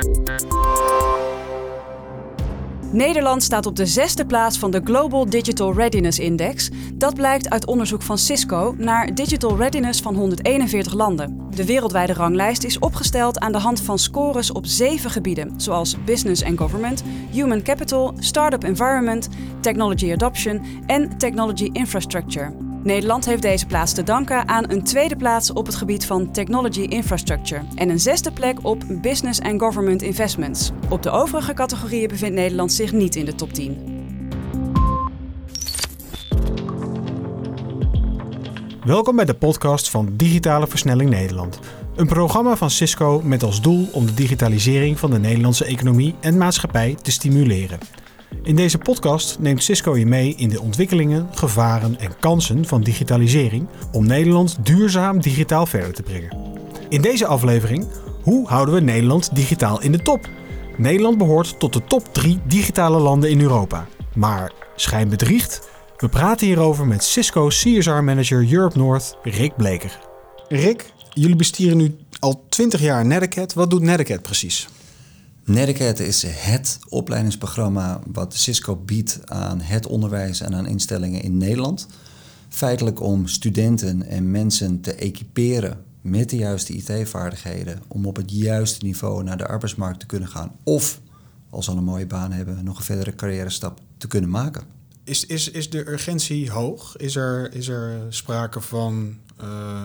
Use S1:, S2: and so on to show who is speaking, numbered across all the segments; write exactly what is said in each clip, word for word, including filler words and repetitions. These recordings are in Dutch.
S1: Nederland staat op de zesde plaats van de Global Digital Readiness Index. Dat blijkt uit onderzoek van Cisco naar digital readiness van honderdeenenveertig landen. De wereldwijde ranglijst is opgesteld aan de hand van scores op zeven gebieden, zoals business and government, human capital, startup environment, technology adoption en technology infrastructure. Nederland heeft deze plaats te danken aan een tweede plaats op het gebied van technology infrastructure en een zesde plek op business and government investments. Op de overige categorieën bevindt Nederland zich niet in de top tien.
S2: Welkom bij de podcast van Digitale Versnelling Nederland. Een programma van Cisco met als doel om de digitalisering van de Nederlandse economie en maatschappij te stimuleren. In deze podcast neemt Cisco je mee in de ontwikkelingen, gevaren en kansen van digitalisering om Nederland duurzaam digitaal verder te brengen. In deze aflevering, hoe houden we Nederland digitaal in de top? Nederland behoort tot de top drie digitale landen in Europa. Maar schijn bedriegt? We praten hierover met Cisco C S R-manager Europe North, Rick Bleker. Rick, jullie bestieren nu al twintig jaar Netiquette. Wat doet Netiquette precies?
S3: Netiquette is het opleidingsprogramma wat Cisco biedt aan het onderwijs en aan instellingen in Nederland. Feitelijk om studenten en mensen te equiperen met de juiste I T-vaardigheden om op het juiste niveau naar de arbeidsmarkt te kunnen gaan. Of, als ze al een mooie baan hebben, nog een verdere carrière stap te kunnen maken.
S2: Is, is, is de urgentie hoog? Is er, is er sprake van uh,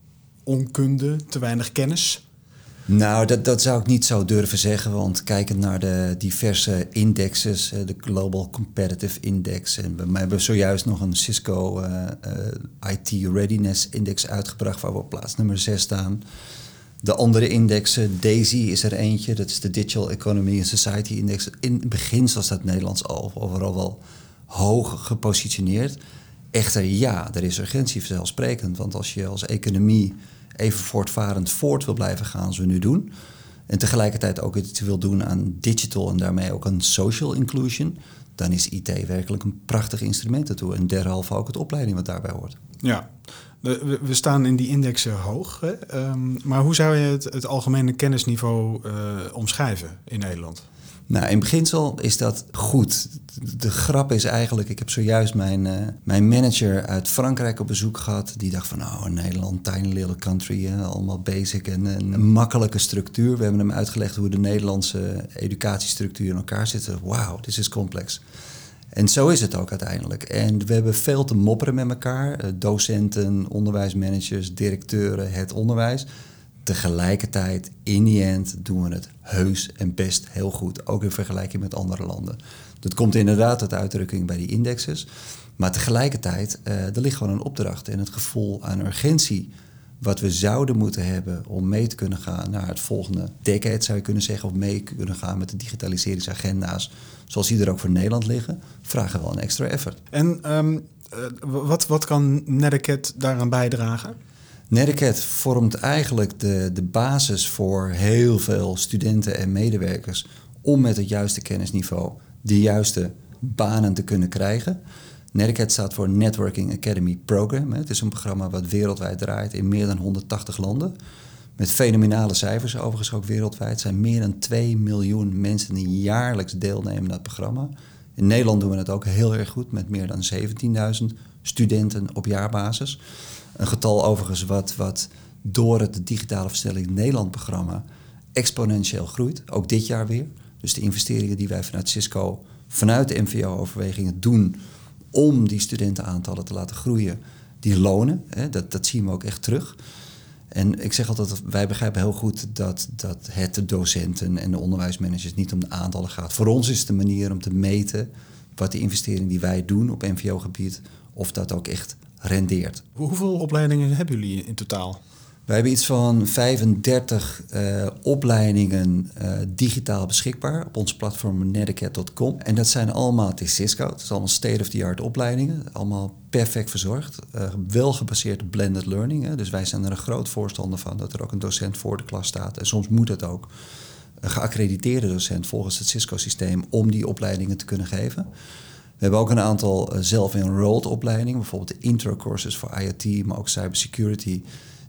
S2: onkunde, te weinig kennis?
S3: Nou, dat, dat zou ik niet zo durven zeggen, want kijkend naar de diverse indexes, de Global Competitive Index, en we hebben zojuist nog een Cisco uh, uh, I T Readiness Index uitgebracht waar we op plaats nummer zes staan. De andere indexen, DAISY is er eentje, dat is de Digital Economy and Society Index. In het begin was dat Nederlands al overal wel hoog gepositioneerd. Echter ja, er is urgentie vanzelfsprekend, want als je als economie even voortvarend voort wil blijven gaan als we nu doen, en tegelijkertijd ook iets wil doen aan digital en daarmee ook aan social inclusion, dan is I T werkelijk een prachtig instrument ertoe. En derhalve ook het opleiding wat daarbij hoort.
S2: Ja, we, we staan in die indexen hoog. Hè? Um, maar hoe zou je het, het algemene kennisniveau uh, omschrijven in Nederland?
S3: Nou, in beginsel is dat goed. De grap is eigenlijk, ik heb zojuist mijn, uh, mijn manager uit Frankrijk op bezoek gehad. Die dacht van, nou, Nederland, tiny little country, hè, allemaal basic en een, een makkelijke structuur. We hebben hem uitgelegd hoe de Nederlandse educatiestructuur in elkaar zit. Wauw, dit is complex. En zo is het ook uiteindelijk. En we hebben veel te mopperen met elkaar. Docenten, onderwijsmanagers, directeuren, het onderwijs. Tegelijkertijd, in die end, doen we het heus en best heel goed. Ook in vergelijking met andere landen. Dat komt inderdaad tot uitdrukking bij die indexes. Maar tegelijkertijd, uh, er ligt gewoon een opdracht en het gevoel aan urgentie wat we zouden moeten hebben om mee te kunnen gaan naar het volgende decade, zou je kunnen zeggen, of mee kunnen gaan met de digitaliseringsagenda's, zoals die er ook voor Nederland liggen, vragen wel een extra effort.
S2: En um, uh, wat, wat kan Netiquette daaraan bijdragen?
S3: Netiquette vormt eigenlijk de, de basis voor heel veel studenten en medewerkers om met het juiste kennisniveau de juiste banen te kunnen krijgen. Netiquette staat voor Networking Academy Program. Het is een programma wat wereldwijd draait in meer dan honderdtachtig landen. Met fenomenale cijfers overigens ook wereldwijd. Het zijn meer dan twee miljoen mensen die jaarlijks deelnemen aan dat programma. In Nederland doen we het ook heel erg goed met meer dan zeventienduizend studenten op jaarbasis. Een getal overigens wat, wat door het Digitale Versnelling Nederland-programma exponentieel groeit. Ook dit jaar weer. Dus de investeringen die wij vanuit Cisco, vanuit de M V O-overwegingen doen om die studentenaantallen te laten groeien, die lonen. Hè, dat, dat zien we ook echt terug. En ik zeg altijd, wij begrijpen heel goed dat, dat het de docenten en de onderwijsmanagers niet om de aantallen gaat. Voor ons is het de manier om te meten wat de investering die wij doen op M V O-gebied, of dat ook echt rendeert.
S2: Hoeveel opleidingen hebben jullie in totaal?
S3: Wij hebben iets van vijfendertig uh, opleidingen uh, digitaal beschikbaar op ons platform netiquette punt com. En dat zijn allemaal, het is Cisco, het is allemaal state-of-the-art opleidingen. Allemaal perfect verzorgd. Uh, wel gebaseerd op blended learning. Hè. Dus wij zijn er een groot voorstander van dat er ook een docent voor de klas staat. En soms moet het ook een geaccrediteerde docent volgens het Cisco-systeem om die opleidingen te kunnen geven. We hebben ook een aantal uh, zelf-enrolled opleidingen. Bijvoorbeeld de intro courses voor I O T, maar ook cybersecurity,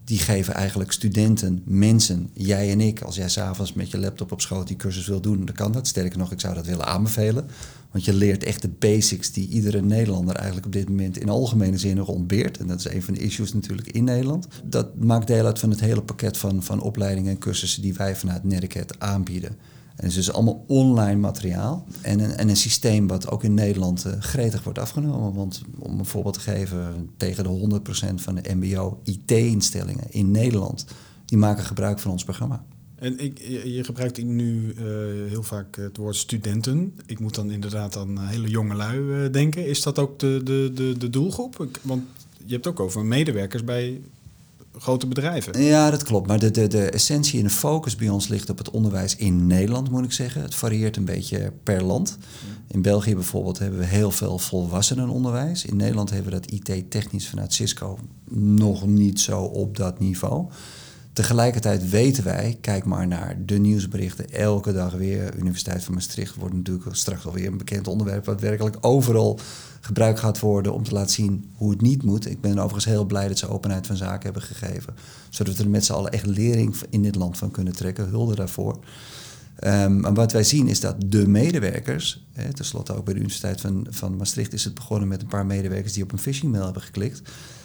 S3: Die geven eigenlijk studenten, mensen, jij en ik, als jij s'avonds met je laptop op schoot die cursus wil doen, dan kan dat. Sterker nog, ik zou dat willen aanbevelen. Want je leert echt de basics die iedere Nederlander eigenlijk op dit moment in algemene zin nog ontbeert. En dat is een van de issues natuurlijk in Nederland. Dat maakt deel uit van het hele pakket van, van opleidingen en cursussen die wij vanuit Netiquette aanbieden. En het is dus allemaal online materiaal. En een, en een systeem wat ook in Nederland uh, gretig wordt afgenomen. Want om een voorbeeld te geven, tegen de honderd procent van de mbo I T-instellingen in Nederland, die maken gebruik van ons programma.
S2: En ik, je gebruikt nu uh, heel vaak het woord studenten. Ik moet dan inderdaad aan hele jonge lui uh, denken. Is dat ook de, de, de, de doelgroep? Want je hebt ook over medewerkers bij grote bedrijven.
S3: Ja, dat klopt. Maar de, de, de essentie en de focus bij ons ligt op het onderwijs in Nederland, moet ik zeggen. Het varieert een beetje per land. In België bijvoorbeeld hebben we heel veel volwassenenonderwijs. In Nederland hebben we dat I T-technisch vanuit Cisco nog niet zo op dat niveau. Tegelijkertijd weten wij, kijk maar naar de nieuwsberichten, elke dag weer. Universiteit van Maastricht wordt natuurlijk straks alweer een bekend onderwerp wat werkelijk overal gebruikt gaat worden om te laten zien hoe het niet moet. Ik ben overigens heel blij dat ze openheid van zaken hebben gegeven, zodat we er met z'n allen echt lering in dit land van kunnen trekken. Hulde daarvoor. Um, maar wat wij zien is dat de medewerkers, hè, tenslotte ook bij de Universiteit van, van Maastricht is het begonnen met een paar medewerkers die op een phishing mail hebben geklikt.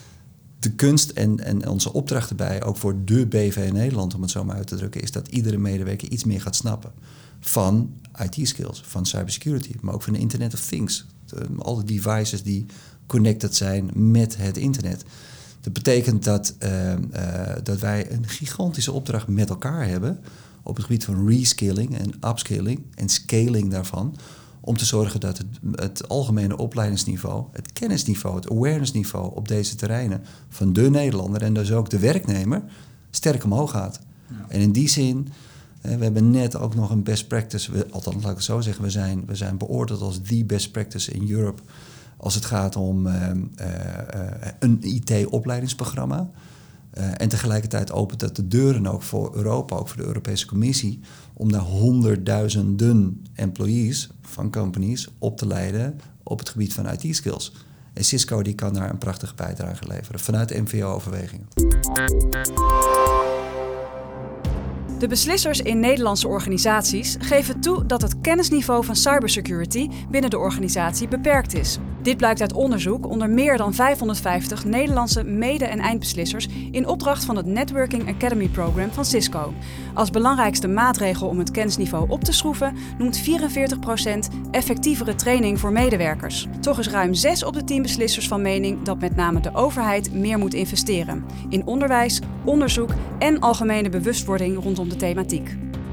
S3: De kunst en, en onze opdracht erbij, ook voor de B V in Nederland, om het zo maar uit te drukken, is dat iedere medewerker iets meer gaat snappen van I T-skills, van cybersecurity, maar ook van de Internet of Things. De, alle devices die connected zijn met het internet. Dat betekent dat, uh, uh, dat wij een gigantische opdracht met elkaar hebben op het gebied van reskilling en upskilling en scaling daarvan, om te zorgen dat het, het algemene opleidingsniveau, het kennisniveau, het awarenessniveau op deze terreinen van de Nederlander en dus ook de werknemer sterk omhoog gaat. Ja. En in die zin, we hebben net ook nog een best practice, we, althans laat ik het zo zeggen, we zijn, we zijn beoordeeld als the best practice in Europe als het gaat om uh, uh, uh, een I T-opleidingsprogramma. Uh, en tegelijkertijd opent dat de deuren ook voor Europa, ook voor de Europese Commissie, om daar honderdduizenden employees van companies op te leiden op het gebied van I T-skills. En Cisco die kan daar een prachtige bijdrage leveren vanuit de M V O-overwegingen.
S1: De beslissers in Nederlandse organisaties geven toe dat het kennisniveau van cybersecurity binnen de organisatie beperkt is. Dit blijkt uit onderzoek onder meer dan vijfhonderdvijftig Nederlandse mede- en eindbeslissers in opdracht van het Networking Academy Program van Cisco. Als belangrijkste maatregel om het kennisniveau op te schroeven noemt vierenveertig procent effectievere training voor medewerkers. Toch is ruim zes op de tien beslissers van mening dat met name de overheid meer moet investeren in onderwijs, onderzoek en algemene bewustwording rondom de thematiek.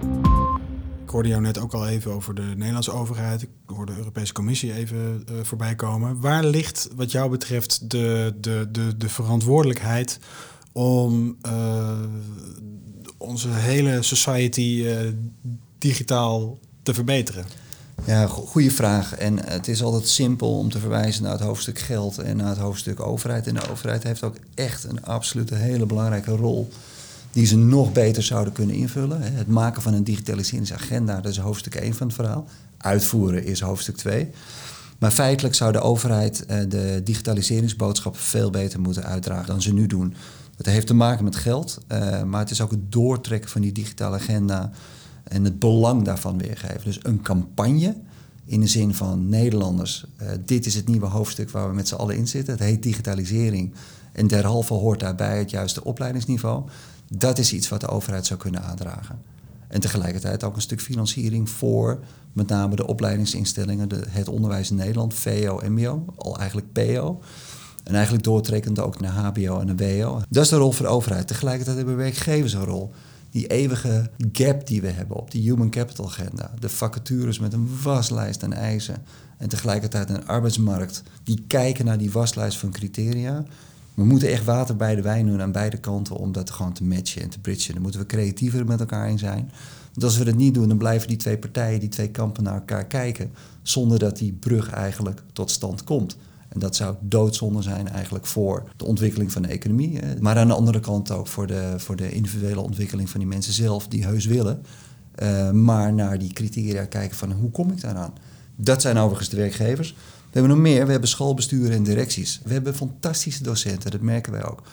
S2: Ik hoorde jou net ook al even over de Nederlandse overheid. Ik hoorde de Europese Commissie even uh, voorbij komen. Waar ligt wat jou betreft de, de, de, de verantwoordelijkheid om uh, onze hele society uh, digitaal te verbeteren?
S3: Ja, go- goede vraag. En het is altijd simpel om te verwijzen naar het hoofdstuk geld en naar het hoofdstuk overheid. En de overheid heeft ook echt een absolute hele belangrijke rol die ze nog beter zouden kunnen invullen. Het maken van een digitaliseringsagenda, dat is hoofdstuk één van het verhaal. Uitvoeren is hoofdstuk twee. Maar feitelijk zou de overheid de digitaliseringsboodschap veel beter moeten uitdragen dan ze nu doen. Dat heeft te maken met geld, maar het is ook het doortrekken van die digitale agenda en het belang daarvan weergeven. Dus een campagne in de zin van Nederlanders, dit is het nieuwe hoofdstuk waar we met z'n allen in zitten. Het heet digitalisering en derhalve hoort daarbij het juiste opleidingsniveau. Dat is iets wat de overheid zou kunnen aandragen. En tegelijkertijd ook een stuk financiering voor met name de opleidingsinstellingen, de, het onderwijs in Nederland, V O, M B O, al eigenlijk P O. En eigenlijk doortrekkend ook naar H B O en naar W O. Dat is de rol voor de overheid. Tegelijkertijd hebben werkgevers een rol. Die eeuwige gap die we hebben op die human capital agenda. De vacatures met een waslijst aan eisen. En tegelijkertijd een arbeidsmarkt die kijken naar die waslijst van criteria. We moeten echt water bij de wijn doen aan beide kanten om dat gewoon te matchen en te bridgen. Dan moeten we creatiever met elkaar in zijn. Want als we dat niet doen, dan blijven die twee partijen, die twee kampen naar elkaar kijken, zonder dat die brug eigenlijk tot stand komt. En dat zou doodzonde zijn eigenlijk voor de ontwikkeling van de economie. Maar aan de andere kant ook voor de, voor de individuele ontwikkeling van die mensen zelf die heus willen. Uh, maar naar die criteria kijken van hoe kom ik daaraan? Dat zijn overigens de werkgevers. We hebben nog meer. We hebben schoolbesturen en directies. We hebben fantastische docenten, dat merken wij ook.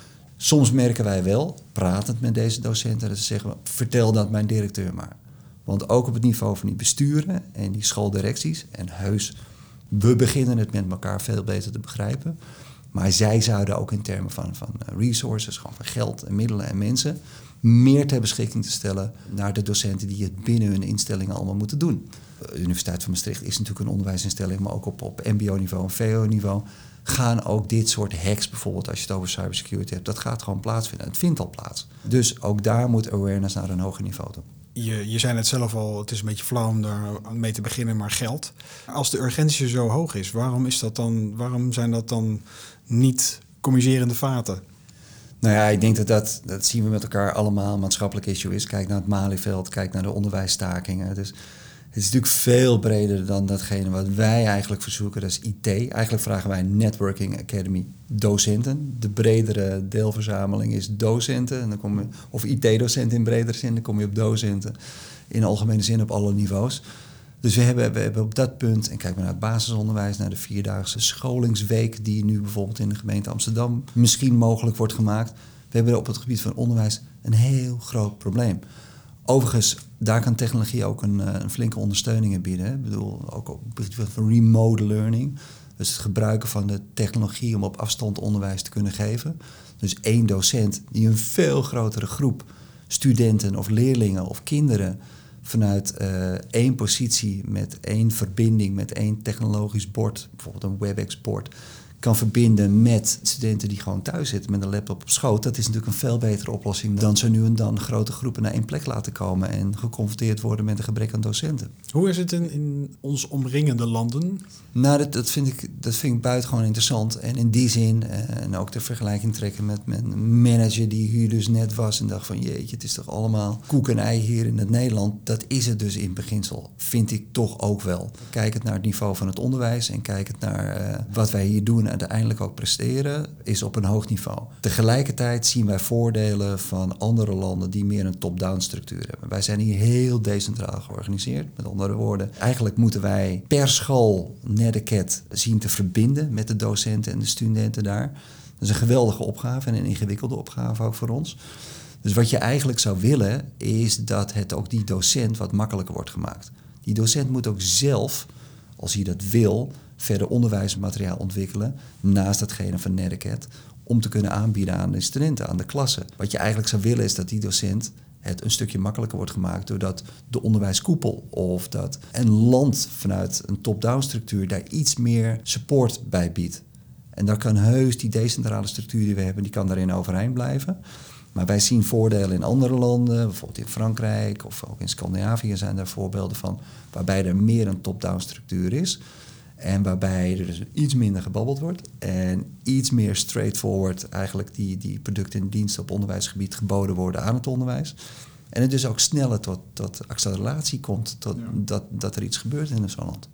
S3: Soms merken wij wel, pratend met deze docenten, dat ze zeggen, vertel dat mijn directeur maar. Want ook op het niveau van die besturen en die schooldirecties, en heus, we beginnen het met elkaar veel beter te begrijpen. Maar zij zouden ook in termen van, van resources, gewoon van geld en middelen en mensen, meer ter beschikking te stellen naar de docenten die het binnen hun instellingen allemaal moeten doen. De Universiteit van Maastricht is natuurlijk een onderwijsinstelling, maar ook op, op M B O-niveau en V O-niveau gaan ook dit soort hacks, bijvoorbeeld als je het over cybersecurity hebt, dat gaat gewoon plaatsvinden. Het vindt al plaats. Dus ook daar moet awareness naar een hoger niveau toe.
S2: Je, je zei het zelf al, het is een beetje flauw om daar mee te beginnen, maar geld. Als de urgentie zo hoog is, waarom is dat dan, waarom zijn dat dan niet communicerende vaten?
S3: Nou ja, ik denk dat, dat dat zien we met elkaar allemaal maatschappelijk issue is. Kijk naar het Malieveld, kijk naar de onderwijsstakingen. Dus het is natuurlijk veel breder dan datgene wat wij eigenlijk verzoeken, dat is I T. Eigenlijk vragen wij Networking Academy docenten. De bredere deelverzameling is docenten. En dan kom je, of I T-docenten in bredere zin, dan kom je op docenten. In algemene zin op alle niveaus. Dus we hebben, we hebben op dat punt, en kijk maar naar het basisonderwijs, naar de vierdaagse scholingsweek die nu bijvoorbeeld in de gemeente Amsterdam misschien mogelijk wordt gemaakt. We hebben op het gebied van onderwijs een heel groot probleem. Overigens, daar kan technologie ook een, een flinke ondersteuning in bieden. Hè. Ik bedoel, ook op het gebied van remote learning. Dus het gebruiken van de technologie om op afstand onderwijs te kunnen geven. Dus één docent die een veel grotere groep studenten of leerlingen of kinderen vanuit uh, één positie met één verbinding, met één technologisch bord, bijvoorbeeld een WebEx-bord, kan verbinden met studenten die gewoon thuis zitten met een laptop op schoot. Dat is natuurlijk een veel betere oplossing dan zo nu en dan grote groepen naar één plek laten komen en geconfronteerd worden met een gebrek aan docenten.
S2: Hoe is het in, in ons omringende landen?
S3: Nou, dat, dat, vind ik, dat vind ik buitengewoon interessant. En in die zin, en ook de vergelijking trekken met, met een manager die hier dus net was en dacht van jeetje, het is toch allemaal koek en ei hier in het Nederland. Dat is het dus in beginsel, vind ik toch ook wel. Kijk het naar het niveau van het onderwijs en kijk het naar uh, wat wij hier doen en uiteindelijk ook presteren, is op een hoog niveau. Tegelijkertijd zien wij voordelen van andere landen die meer een top-down structuur hebben. Wij zijn hier heel decentraal georganiseerd. Met andere woorden, eigenlijk moeten wij per school Netiquette zien te verbinden met de docenten en de studenten daar. Dat is een geweldige opgave en een ingewikkelde opgave ook voor ons. Dus wat je eigenlijk zou willen, is dat het ook die docent wat makkelijker wordt gemaakt. Die docent moet ook zelf, als hij dat wil, verder onderwijsmateriaal ontwikkelen naast datgene van Netiquette, om te kunnen aanbieden aan de studenten, aan de klassen. Wat je eigenlijk zou willen is dat die docent het een stukje makkelijker wordt gemaakt doordat de onderwijskoepel of dat een land vanuit een top-down structuur daar iets meer support bij biedt. En dan kan heus die decentrale structuur die we hebben, die kan daarin overeind blijven. Maar wij zien voordelen in andere landen, bijvoorbeeld in Frankrijk of ook in Scandinavië zijn daar voorbeelden van, waarbij er meer een top-down structuur is. En waarbij er dus iets minder gebabbeld wordt en iets meer straightforward eigenlijk die, die producten en diensten op onderwijsgebied geboden worden aan het onderwijs. En het dus ook sneller tot, tot acceleratie komt, tot, ja. dat, dat er iets gebeurt in zo'n land.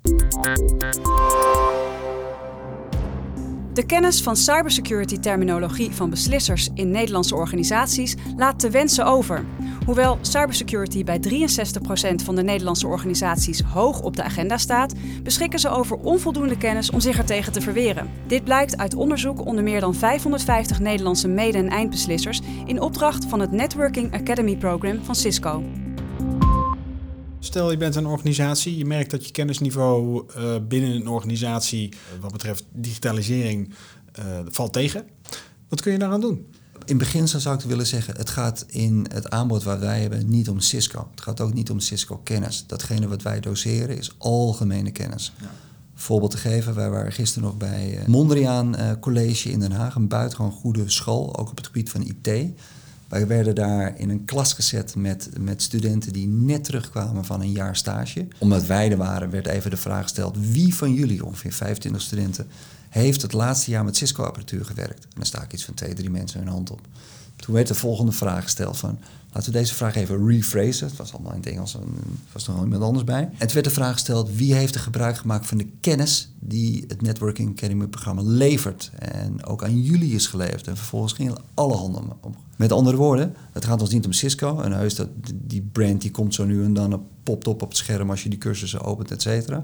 S1: De kennis van cybersecurity-terminologie van beslissers in Nederlandse organisaties laat te wensen over. Hoewel cybersecurity bij drieënzestig procent van de Nederlandse organisaties hoog op de agenda staat, beschikken ze over onvoldoende kennis om zich ertegen te verweren. Dit blijkt uit onderzoek onder meer dan vijfhonderdvijftig Nederlandse mede- en eindbeslissers in opdracht van het Networking Academy Program van Cisco.
S2: Stel je bent een organisatie, je merkt dat je kennisniveau uh, binnen een organisatie uh, wat betreft digitalisering uh, valt tegen. Wat kun je daaraan doen?
S3: In beginsel zou ik willen zeggen, het gaat in het aanbod wat wij hebben niet om Cisco. Het gaat ook niet om Cisco-kennis. Datgene wat wij doseren is algemene kennis. Ja. Voorbeeld te geven, wij waren gisteren nog bij Mondriaan uh, College in Den Haag. Een buitengewoon goede school, ook op het gebied van I T. Wij werden daar in een klas gezet met, met studenten die net terugkwamen van een jaar stage. Omdat wij er waren, werd even de vraag gesteld, wie van jullie, ongeveer vijfentwintig studenten, heeft het laatste jaar met Cisco-apparatuur gewerkt? En dan sta ik iets van twee, drie mensen hun hand op. Toen werd de volgende vraag gesteld van, laten we deze vraag even rephrasen. Het was allemaal in het Engels, er was nog iemand anders bij. En toen werd de vraag gesteld, wie heeft er gebruik gemaakt van de kennis die het Networking Academy programma levert en ook aan jullie is geleverd. En vervolgens gingen alle handen op. Met andere woorden, het gaat ons niet om Cisco. En heus, dat, die brand die komt zo nu en dan, popt op op het scherm als je die cursussen opent, et cetera. Het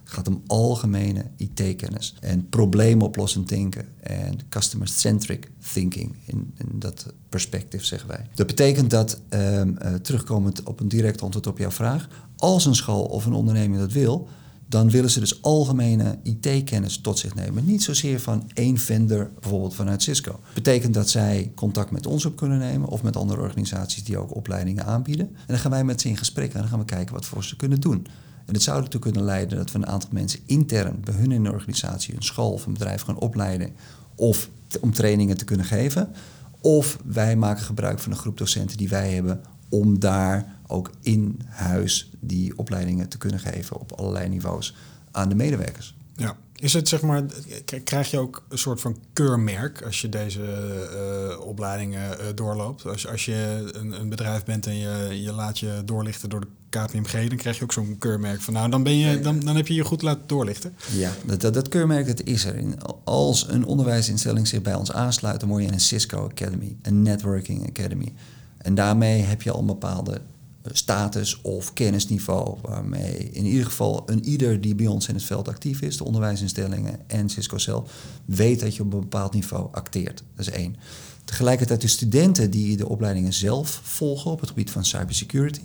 S3: Het gaat om algemene I T-kennis en probleemoplossend denken en customer-centric thinking in, in dat perspectief, zeggen wij. Dat betekent dat, um, uh, terugkomend op een direct antwoord op jouw vraag, als een school of een onderneming dat wil, dan willen ze dus algemene I T-kennis tot zich nemen. Niet zozeer van één vendor, bijvoorbeeld vanuit Cisco. Dat betekent dat zij contact met ons op kunnen nemen of met andere organisaties die ook opleidingen aanbieden. En dan gaan wij met ze in gesprek en dan gaan we kijken wat voor ze kunnen doen. En het zou ertoe kunnen leiden dat we een aantal mensen intern bij hun in de organisatie, een school of een bedrijf gaan opleiden of t- om trainingen te kunnen geven. Of wij maken gebruik van een groep docenten die wij hebben om daar ook in huis die opleidingen te kunnen geven op allerlei niveaus aan de medewerkers.
S2: Ja. Is het, zeg maar, krijg je ook een soort van keurmerk als je deze uh, opleidingen uh, doorloopt? Als, als je een, een bedrijf bent en je, je laat je doorlichten door de K P M G, dan krijg je ook zo'n keurmerk van, nou, dan, ben je, dan, dan heb je je goed laten doorlichten.
S3: Ja, dat, dat, dat keurmerk dat is er. Als een onderwijsinstelling zich bij ons aansluit, dan word je een Cisco Academy, een Networking Academy. En daarmee heb je al een bepaalde status of kennisniveau waarmee in ieder geval een ieder die bij ons in het veld actief is, de onderwijsinstellingen en Cisco zelf, weet dat je op een bepaald niveau acteert. Dat is één. Tegelijkertijd de studenten die de opleidingen zelf volgen op het gebied van cybersecurity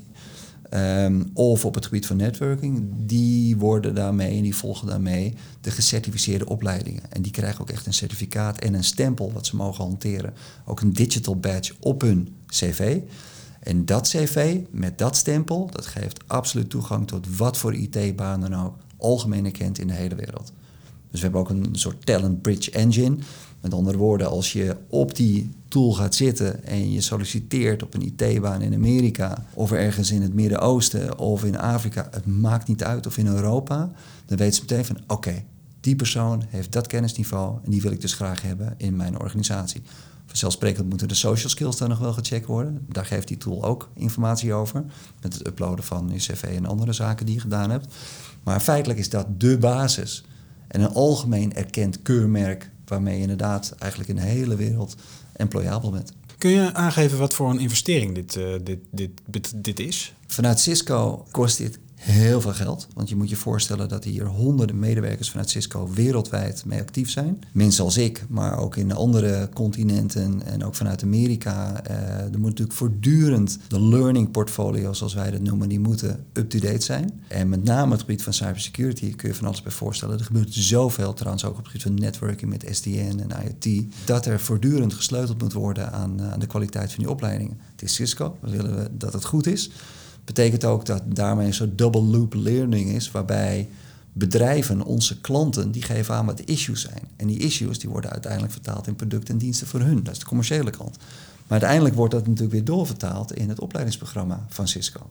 S3: um, of op het gebied van networking, die worden daarmee en die volgen daarmee de gecertificeerde opleidingen. En die krijgen ook echt een certificaat en een stempel wat ze mogen hanteren. Ook een digital badge op hun cv. En dat cv met dat stempel, dat geeft absoluut toegang tot wat voor I T-baan dan ook algemeen erkend in de hele wereld. Dus we hebben ook een soort talent bridge engine. Met andere woorden, als je op die tool gaat zitten en je solliciteert op een I T-baan in Amerika of ergens in het Midden-Oosten of in Afrika, het maakt niet uit, of in Europa, dan weet ze meteen van oké, okay, die persoon heeft dat kennisniveau en die wil ik dus graag hebben in mijn organisatie. Vanzelfsprekend moeten de social skills dan nog wel gecheckt worden. Daar geeft die tool ook informatie over. Met het uploaden van je cv en andere zaken die je gedaan hebt. Maar feitelijk is dat de basis. En een algemeen erkend keurmerk waarmee je inderdaad eigenlijk in de hele wereld employabel bent.
S2: Kun je aangeven wat voor een investering dit, uh, dit, dit, dit, dit is?
S3: Vanuit Cisco kost dit heel veel geld. Want je moet je voorstellen dat hier honderden medewerkers vanuit Cisco wereldwijd mee actief zijn. Mensen als ik, maar ook in andere continenten en ook vanuit Amerika. Uh, er moet natuurlijk voortdurend de learning portfolio, zoals wij dat noemen, die moeten up-to-date zijn. En met name het gebied van cybersecurity kun je van alles bij voorstellen. Er gebeurt zoveel, trouwens ook op het gebied van networking met S D N en I O T, dat er voortdurend gesleuteld moet worden aan, uh, aan de kwaliteit van die opleidingen. Het is Cisco, we willen dat het goed is. Betekent ook dat daarmee een soort double loop learning is, waarbij bedrijven, onze klanten, die geven aan wat de issues zijn. En die issues die worden uiteindelijk vertaald in producten en diensten voor hun. Dat is de commerciële kant. Maar uiteindelijk wordt dat natuurlijk weer doorvertaald in het opleidingsprogramma van Cisco.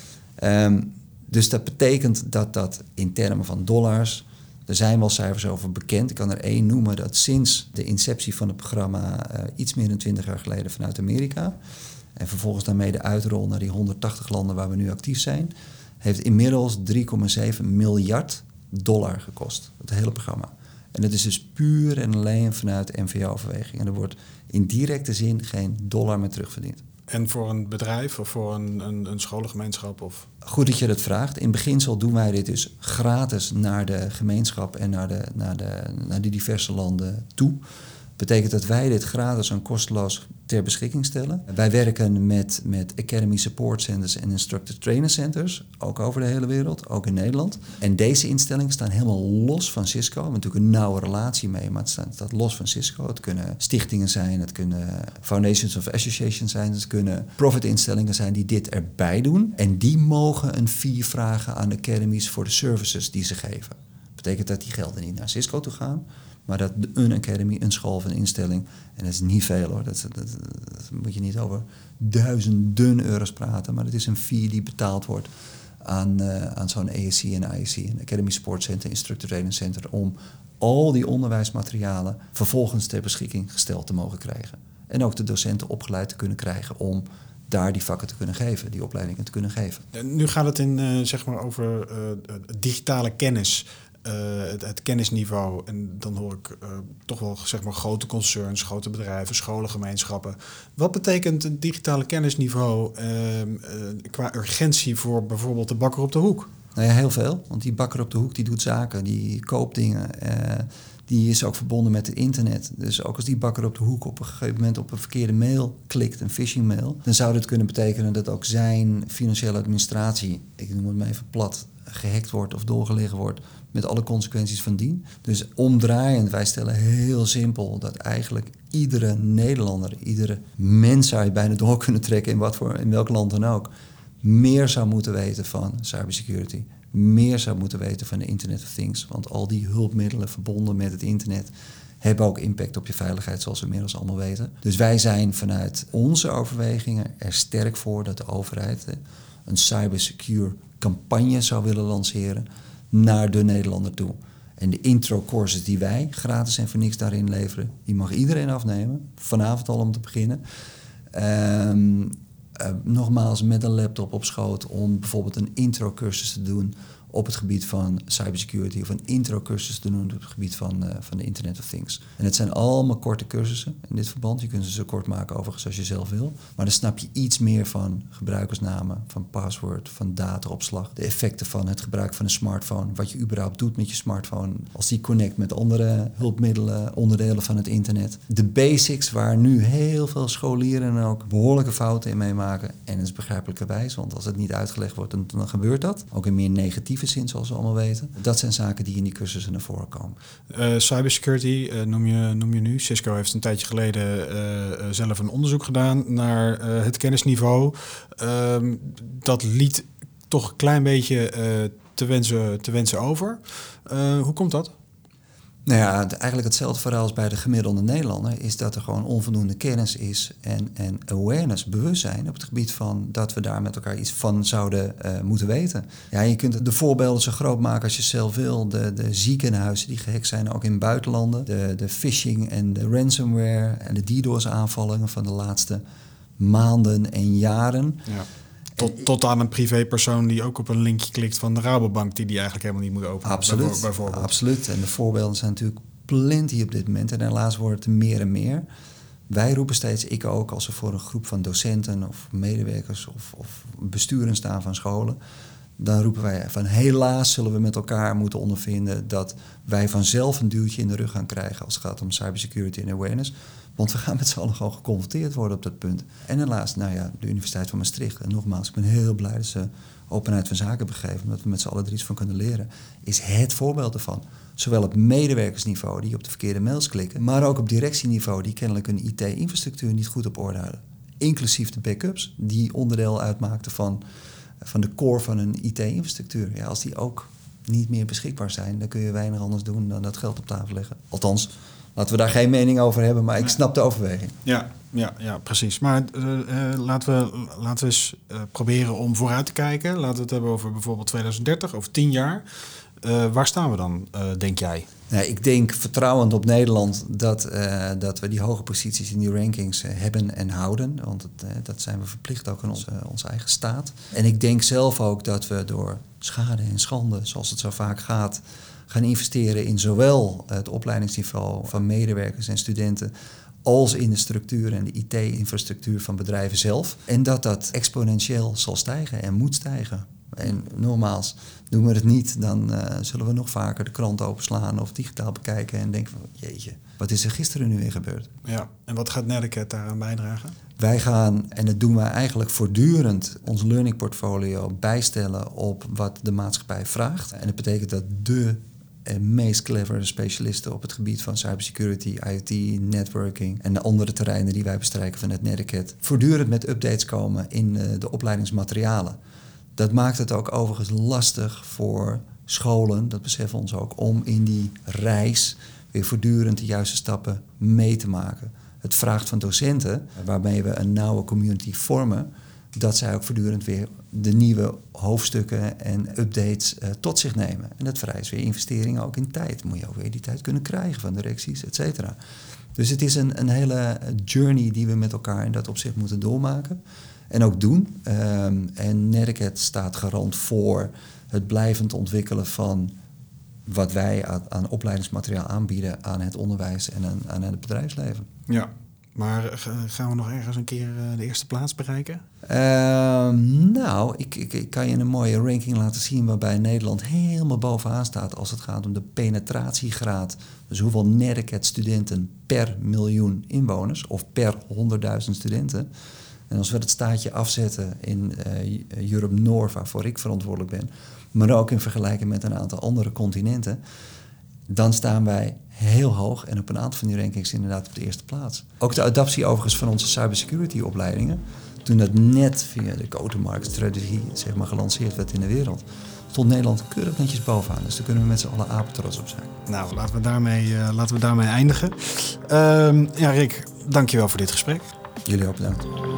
S3: Um, dus dat betekent dat dat in termen van dollars, er zijn wel cijfers over bekend. Ik kan er één noemen dat sinds de inceptie van het programma uh, iets meer dan twintig jaar geleden vanuit Amerika, en vervolgens daarmee de uitrol naar die honderdtachtig landen waar we nu actief zijn, heeft inmiddels drie komma zeven miljard dollar gekost. Het hele programma. En dat is dus puur en alleen vanuit N V O-overweging. En er wordt in directe zin geen dollar meer terugverdiend.
S2: En voor een bedrijf of voor een, een, een scholengemeenschap? Of?
S3: Goed dat je dat vraagt. In beginsel doen wij dit dus gratis naar de gemeenschap en naar de, naar de, naar de diverse landen toe. Betekent dat wij dit gratis en kosteloos ter beschikking stellen. Wij werken met, met Academy Support Centers en Instructor Trainer Centers, ook over de hele wereld, ook in Nederland. En deze instellingen staan helemaal los van Cisco. We hebben natuurlijk een nauwe relatie mee, maar het staat, het staat los van Cisco. Het kunnen stichtingen zijn, het kunnen foundations of associations zijn, het kunnen profitinstellingen zijn die dit erbij doen. En die mogen een fee vragen aan de academies voor de services die ze geven. Dat betekent dat die gelden niet naar Cisco toe gaan, maar dat een academy, een school of een instelling, en dat is niet veel hoor, dat, dat, dat, dat moet je niet over duizenden euro's praten, maar het is een fee die betaald wordt aan, uh, aan zo'n A S C en I S C, een Academy Support Center, Instructor Training Center, om al die onderwijsmaterialen vervolgens ter beschikking gesteld te mogen krijgen. En ook de docenten opgeleid te kunnen krijgen om daar die vakken te kunnen geven, die opleidingen te kunnen geven.
S2: En nu gaat het in, uh, zeg maar over uh, digitale kennis. Uh, het, het kennisniveau. En dan hoor ik uh, toch wel zeg maar grote concerns, grote bedrijven, scholen, gemeenschappen. Wat betekent het digitale kennisniveau uh, uh, qua urgentie voor bijvoorbeeld de bakker op de hoek?
S3: Nou ja, heel veel. Want die bakker op de hoek die doet zaken, die koopt dingen. Uh, die is ook verbonden met het internet. Dus ook als die bakker op de hoek op een gegeven moment op een verkeerde mail klikt, een phishing mail, dan zou dit kunnen betekenen dat ook zijn financiële administratie, ik noem het maar even plat, gehackt wordt of doorgelegen wordt met alle consequenties van dien. Dus omdraaiend, wij stellen heel simpel dat eigenlijk iedere Nederlander, iedere mens zou je bijna door kunnen trekken in, wat voor, in welk land dan ook, meer zou moeten weten van cybersecurity. Meer zou moeten weten van de Internet of Things. Want al die hulpmiddelen verbonden met het internet hebben ook impact op je veiligheid, zoals we inmiddels allemaal weten. Dus wij zijn vanuit onze overwegingen er sterk voor dat de overheid hè, een cybersecure campagne zou willen lanceren naar de Nederlander toe. En de intro-courses die wij gratis en voor niks daarin leveren, die mag iedereen afnemen. Vanavond al om te beginnen. Um, uh, nogmaals, met een laptop op schoot om bijvoorbeeld een intro-cursus te doen op het gebied van cybersecurity of een intro-cursus te doen op het gebied van, uh, van de Internet of Things. En het zijn allemaal korte cursussen in dit verband. Je kunt ze zo kort maken overigens als je zelf wil. Maar dan snap je iets meer van gebruikersnamen, van password, van dataopslag, de effecten van het gebruik van een smartphone, wat je überhaupt doet met je smartphone, als die connect met andere hulpmiddelen, onderdelen van het internet. De basics waar nu heel veel scholieren ook behoorlijke fouten in meemaken. En dat is begrijpelijkerwijs, want als het niet uitgelegd wordt, dan, dan gebeurt dat. Ook in meer negatieve zin, zoals we allemaal weten. Dat zijn zaken die in die cursussen naar voren komen.
S2: Uh, cybersecurity uh, noem, je, noem je nu. Cisco heeft een tijdje geleden uh, zelf een onderzoek gedaan naar uh, het kennisniveau. Uh, dat liet toch een klein beetje uh, te, wensen, te wensen over. Uh, hoe komt dat?
S3: Nou ja, eigenlijk hetzelfde verhaal als bij de gemiddelde Nederlander is dat er gewoon onvoldoende kennis is en, en awareness, bewustzijn op het gebied van dat we daar met elkaar iets van zouden uh, moeten weten. Ja, je kunt de voorbeelden zo groot maken als je zelf wil. De, de ziekenhuizen die gehackt zijn, ook in buitenlanden. De, de phishing en de ransomware en de DDoS aanvallingen van de laatste maanden en jaren.
S2: Ja. Tot, tot aan een privépersoon die ook op een linkje klikt van de Rabobank die die eigenlijk helemaal niet moet openen.
S3: Absoluut,
S2: bijvoorbeeld.
S3: absoluut. En de voorbeelden zijn natuurlijk plenty op dit moment. En helaas wordt het er meer en meer. Wij roepen steeds, ik ook, als we voor een groep van docenten of medewerkers of, of besturen staan van scholen, dan roepen wij van helaas zullen we met elkaar moeten ondervinden dat wij vanzelf een duwtje in de rug gaan krijgen als het gaat om cybersecurity en awareness. Want we gaan met z'n allen gewoon geconfronteerd worden op dat punt. En helaas, nou ja, de Universiteit van Maastricht, en nogmaals, ik ben heel blij dat ze openheid van zaken hebben gegeven, omdat we met z'n allen er iets van kunnen leren, is het voorbeeld ervan. Zowel op medewerkersniveau, die op de verkeerde mails klikken, maar ook op directieniveau, die kennelijk een I T-infrastructuur niet goed op orde hadden. Inclusief de backups, die onderdeel uitmaakten van, van de core van een I T-infrastructuur. Ja, als die ook niet meer beschikbaar zijn, dan kun je weinig anders doen dan dat geld op tafel leggen. Althans, laten we daar geen mening over hebben, maar ik snap de overweging.
S2: Ja, ja, ja precies. Maar uh, uh, laten, we, laten we eens uh, proberen om vooruit te kijken. Laten we het hebben over bijvoorbeeld twintig dertig, over tien jaar. Uh, waar staan we dan, uh, denk jij?
S3: Nou, ik denk vertrouwend op Nederland dat, uh, dat we die hoge posities in die rankings uh, hebben en houden. Want het, uh, dat zijn we verplicht ook aan onze, uh, onze eigen staat. En ik denk zelf ook dat we door schade en schande, zoals het zo vaak gaat, gaan investeren in zowel het opleidingsniveau van medewerkers en studenten als in de structuur en de I T-infrastructuur van bedrijven zelf. En dat dat exponentieel zal stijgen en moet stijgen. En nogmaals, doen we het niet, dan uh, zullen we nog vaker de krant openslaan of digitaal bekijken en denken van, jeetje, wat is er gisteren nu weer gebeurd?
S2: Ja, en wat gaat Nerdicate daaraan bijdragen?
S3: Wij gaan, en dat doen wij eigenlijk voortdurend, ons learning portfolio bijstellen op wat de maatschappij vraagt. En dat betekent dat de en meest clevere specialisten op het gebied van cybersecurity, I T, networking en de andere terreinen die wij bestrijken van het Nerdicate voortdurend met updates komen in uh, de opleidingsmaterialen. Dat maakt het ook overigens lastig voor scholen, dat beseffen we ons ook, om in die reis weer voortdurend de juiste stappen mee te maken. Het vraagt van docenten, waarmee we een nauwe community vormen, dat zij ook voortdurend weer de nieuwe hoofdstukken en updates uh, tot zich nemen. En dat vereist weer investeringen ook in tijd. Moet je ook weer die tijd kunnen krijgen van directies, et cetera. Dus het is een, een hele journey die we met elkaar in dat opzicht moeten doormaken. En ook doen. Um, en Nerdicate staat garant voor het blijvend ontwikkelen van wat wij aan, aan opleidingsmateriaal aanbieden aan het onderwijs en aan, aan het bedrijfsleven.
S2: Ja. Maar uh, gaan we nog ergens een keer uh, de eerste plaats bereiken?
S3: Uh, nou, ik, ik, ik kan je een mooie ranking laten zien waarbij Nederland helemaal bovenaan staat als het gaat om de penetratiegraad. Dus hoeveel Nethercat-studenten per miljoen inwoners of per honderdduizend studenten. En als we het staatje afzetten in uh, Europe North, waarvoor ik verantwoordelijk ben, maar ook in vergelijking met een aantal andere continenten, dan staan wij heel hoog en op een aantal van die rankings inderdaad op de eerste plaats. Ook de adaptie overigens van onze cybersecurity opleidingen, toen dat net via de go-to-market-strategie zeg maar, gelanceerd werd in de wereld, stond Nederland keurig netjes bovenaan. Dus daar kunnen we met z'n allen apetrots op zijn.
S2: Nou, laten we daarmee, uh, laten we daarmee eindigen. Uh, ja, Rick, dankjewel voor dit gesprek.
S3: Jullie ook bedankt.